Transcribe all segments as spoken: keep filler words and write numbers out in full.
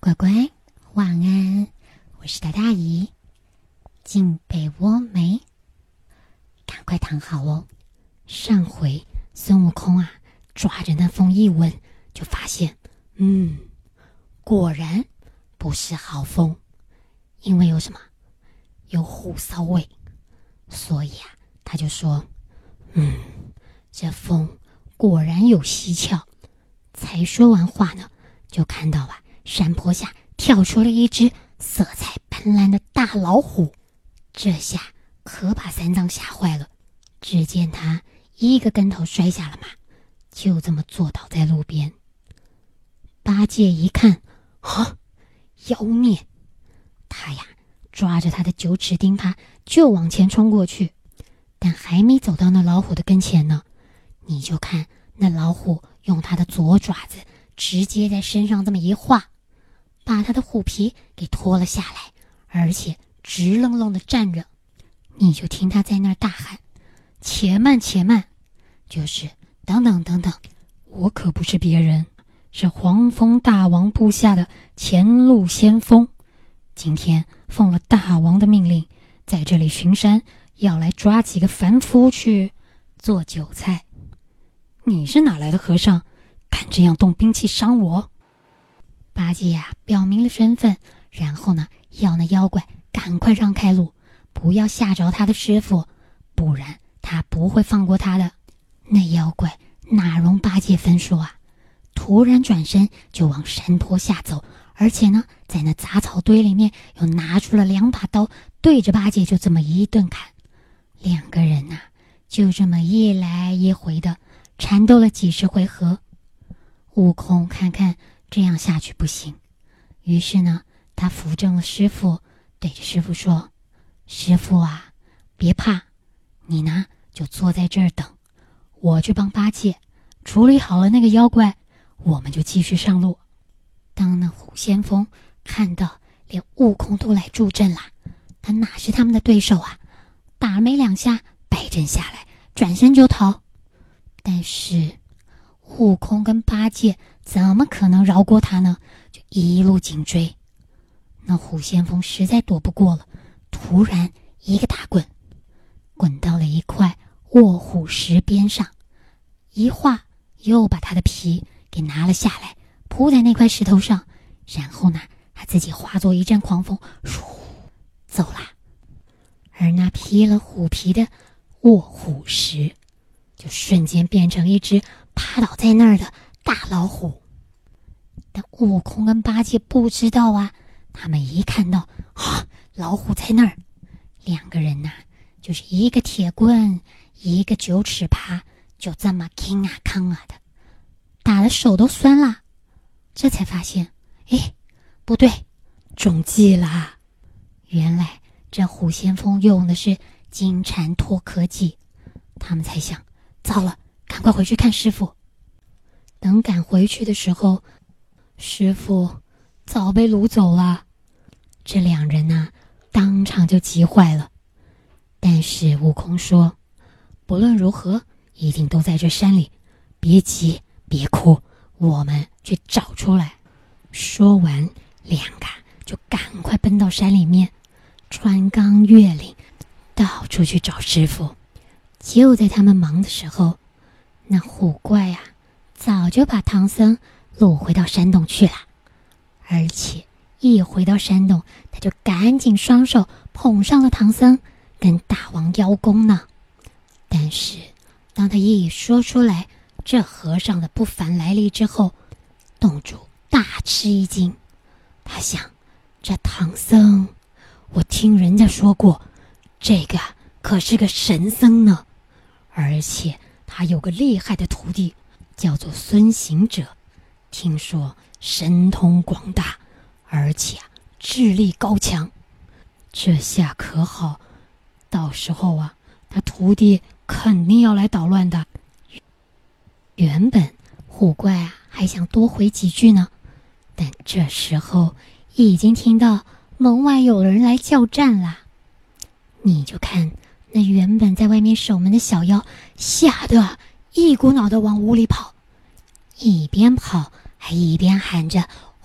乖乖，晚安，我是大大姨。进被窝没？赶快躺好哦。上回孙悟空啊，抓着那风一闻，就发现，嗯，果然不是好风，因为有什么？有虎骚味。所以啊，他就说，嗯，这风果然有蹊跷。才说完话呢，就看到啊，山坡下跳出了一只色彩斑斓的大老虎。这下可把三藏吓坏了，只见他一个跟头摔下了马，就这么坐倒在路边。八戒一看，啊，妖孽！他呀，抓着他的九齿钉耙就往前冲过去，但还没走到那老虎的跟前呢，你就看那老虎用他的左爪子直接在身上这么一划，把他的虎皮给脱了下来，而且直愣愣的站着。你就听他在那儿大喊，且慢且慢，就是等等等等，我可不是别人，是黄风大王部下的前路先锋，今天奉了大王的命令，在这里巡山，要来抓几个凡夫去做韭菜。你是哪来的和尚，敢这样动兵器伤我？八戒呀、啊，表明了身份，然后呢，要那妖怪赶快让开路，不要吓着他的师傅，不然他不会放过他的。那妖怪哪容八戒分说啊，突然转身就往山坡下走，而且呢，在那杂草堆里面又拿出了两把刀，对着八戒就这么一顿砍。两个人啊，就这么一来一回的缠斗了几十回合。悟空看看这样下去不行，于是呢，他扶正了师傅，对着师傅说，师傅啊，别怕，你呢就坐在这儿等，我去帮八戒处理好了那个妖怪，我们就继续上路。当那虎先锋看到连悟空都来助阵了，他哪是他们的对手啊，打了没两下摆阵下来，转身就逃。但是悟空跟八戒怎么可能饶过他呢？就一路紧追。那虎先锋实在躲不过了，突然一个大滚，滚到了一块卧虎石边上，一划又把他的皮给拿了下来，铺在那块石头上，然后呢，他自己化作一阵狂风，唰，走了。而那披了虎皮的卧虎石，就瞬间变成一只趴倒在那儿的大老虎。但悟空跟八戒不知道啊，他们一看到啊，老虎在那儿，两个人呐、啊，就是一个铁棍，一个九齿耙，就这么扛啊扛啊的，打得手都酸了。这才发现，哎，不对，中计啦！原来这虎先锋用的是金蝉脱壳计。他们才想，糟了，赶快回去看师傅。等赶回去的时候，师傅早被掳走了。这两人呢、啊，当场就急坏了。但是悟空说，不论如何，一定都在这山里，别急，别哭，我们去找出来。说完，两个就赶快奔到山里面，穿岗越岭，到处去找师傅。就在他们忙的时候，那虎怪啊，早就把唐僧掳回到山洞去了，而且一回到山洞，他就赶紧双手捧上了唐僧，跟大王邀功呢。但是当他一说出来这和尚的不凡来历之后，洞主大吃一惊。他想，这唐僧，我听人家说过，这个可是个神僧呢，而且他有个厉害的徒弟，叫做孙行者，听说神通广大，而且智力高强。这下可好，到时候啊，他徒弟肯定要来捣乱的。原本虎怪啊还想多回几句呢，但这时候已经听到门外有人来叫战啦。你就看那原本在外面守门的小妖，吓得一股脑的往屋里跑，一边跑还一边喊着，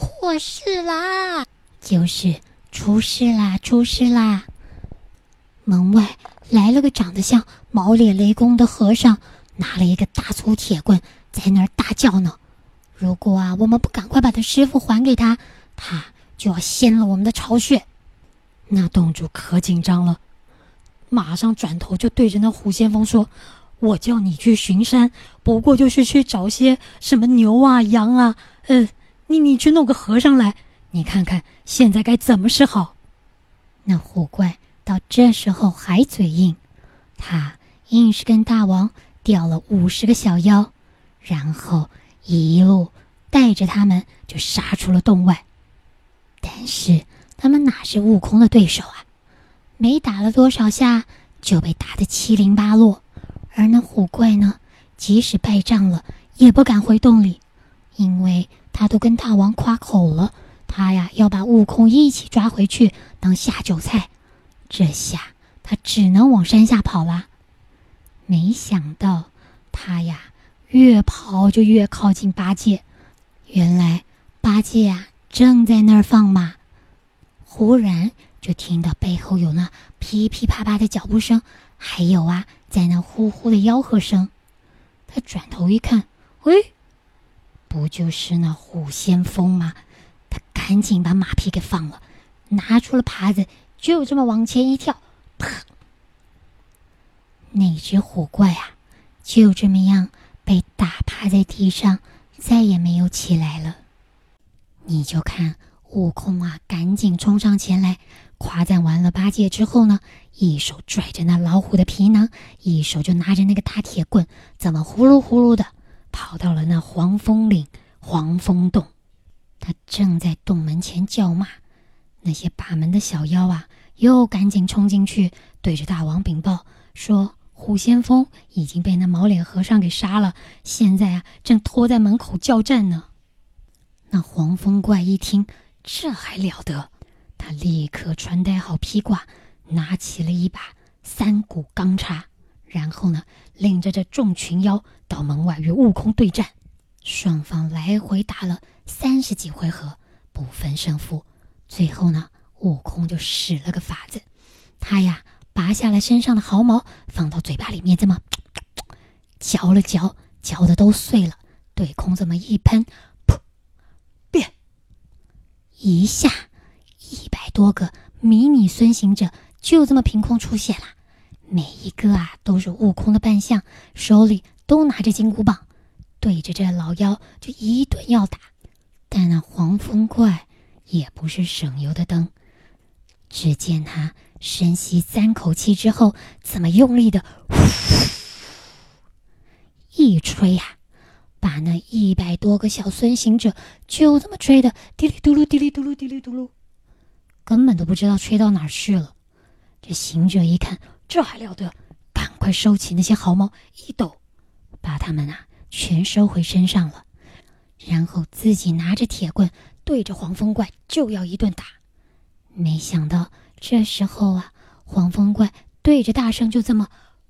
祸事啦！就是出事啦，出事啦！门外来了个长得像毛脸雷公的和尚，拿了一个大粗铁棍，在那儿大叫呢。如果啊，我们不赶快把他师傅还给他，他就要掀了我们的巢穴。那洞主可紧张了，马上转头就对着那虎先锋说：我叫你去巡山，不过就是去找些什么牛啊羊啊，呃，你你去弄个和尚来，你看看现在该怎么是好。那虎怪到这时候还嘴硬，他硬是跟大王调了五十个小妖，然后一路带着他们就杀出了洞外。但是他们哪是悟空的对手啊，没打了多少下就被打得七零八落。而那虎怪呢，即使败仗了也不敢回洞里，因为他都跟大王夸口了，他呀要把悟空一起抓回去当下酒菜。这下他只能往山下跑啦。没想到他呀越跑就越靠近八戒，原来八戒呀正在那儿放马。忽然就听到背后有那噼噼啪啪的脚步声，还有啊在那呼呼的吆喝声。他转头一看，喂，不就是那虎先锋吗？他赶紧把马匹给放了，拿出了耙子，就这么往前一跳，啪！那只虎怪啊，就这么样被打趴在地上，再也没有起来了。你就看悟空啊，赶紧冲上前来，夸赞完了八戒之后呢，一手拽着那老虎的皮囊，一手就拿着那个大铁棍，怎么呼噜呼噜的跑到了那黄风岭黄风洞。他正在洞门前叫骂，那些把门的小妖啊，又赶紧冲进去，对着大王禀报说，虎先锋已经被那毛脸和尚给杀了，现在啊正拖在门口叫战呢。那黄风怪一听，这还了得，他立刻穿戴好披挂，拿起了一把三股钢叉，然后呢领着这众群妖到门外与悟空对战。双方来回打了三十几回合，不分胜负。最后呢，悟空就使了个法子，他呀拔下了身上的毫毛，放到嘴巴里面，这么嚼了嚼，嚼的都碎了，对空这么一喷，噗，变！一下一百多个迷你孙行者就这么凭空出现了，每一个啊都是悟空的扮相，手里都拿着金箍棒，对着这老妖就一顿要打。但那黄风怪也不是省油的灯，只见他深吸三口气之后，怎么用力的一吹呀、啊，把那一百多个小孙行者就这么吹的滴哩嘟噜滴哩嘟噜滴哩嘟噜，根本都不知道吹到哪儿去了。这行者一看，这还了得，赶快收起那些毫毛，一抖，把他们啊全收回身上了，然后自己拿着铁棍对着黄风怪就要一顿打。没想到这时候啊，黄风怪对着大圣就这么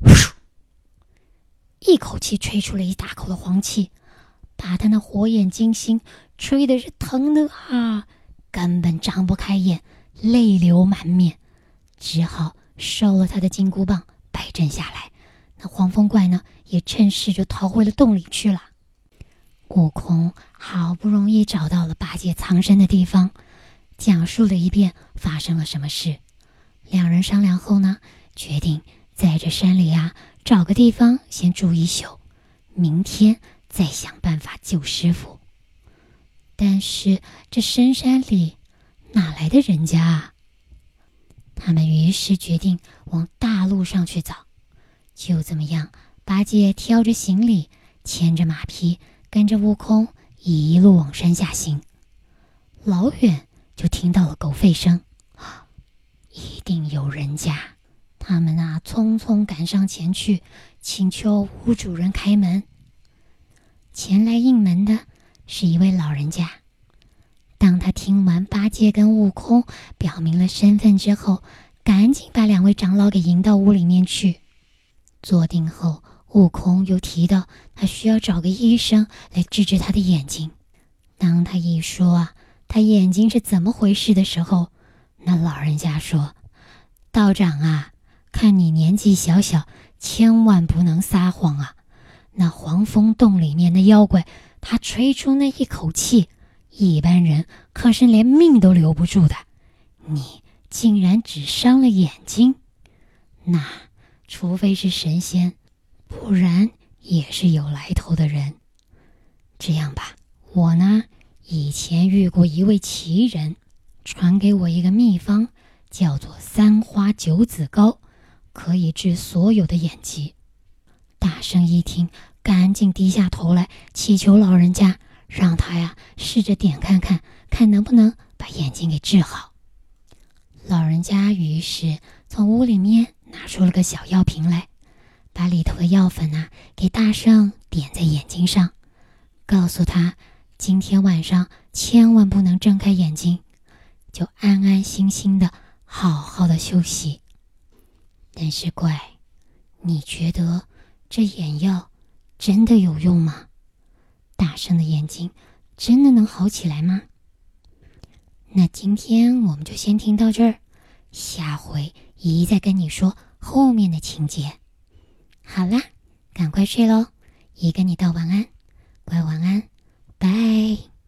一口气吹出了一大口的黄气，把他那火眼金睛吹的是疼的啊，根本张不开眼，泪流满面，只好收了他的金箍棒，摆阵下来。那黄风怪呢，也趁势就逃回了洞里去了。悟空好不容易找到了八戒藏身的地方，讲述了一遍发生了什么事。两人商量后呢，决定在这山里啊找个地方先住一宿，明天再想办法救师傅。但是这深山里哪来的人家啊？他们于是决定往大路上去找。就这么样，八戒挑着行李，牵着马匹，跟着悟空一路往山下行。老远就听到了狗吠声，一定有人家。他们啊匆匆赶上前去，请求屋主人开门。前来应门的是一位老人家。当他听完八戒跟悟空表明了身份之后，赶紧把两位长老给迎到屋里面去。坐定后，悟空又提到他需要找个医生来治治他的眼睛。当他一说啊， 他眼睛是怎么回事的时候，那老人家说：道长啊，看你年纪小小，千万不能撒谎啊，那黄风洞里面的妖怪，他吹出那一口气，一般人可是连命都留不住的，你竟然只伤了眼睛，那除非是神仙，不然也是有来头的人。这样吧，我呢以前遇过一位奇人，传给我一个秘方，叫做三花九子膏，可以治所有的眼疾。大圣一听，赶紧低下头来祈求老人家，让他呀试着点看看，看能不能把眼睛给治好。老人家于是从屋里面拿出了个小药瓶来，把里头的药粉啊给大圣点在眼睛上，告诉他今天晚上千万不能睁开眼睛，就安安心心的好好的休息。但是乖，你觉得这眼药真的有用吗？大圣的眼睛真的能好起来吗？那今天我们就先听到这儿，下回姨再跟你说后面的情节。好啦，赶快睡咯，姨跟你道晚安，乖晚安，拜。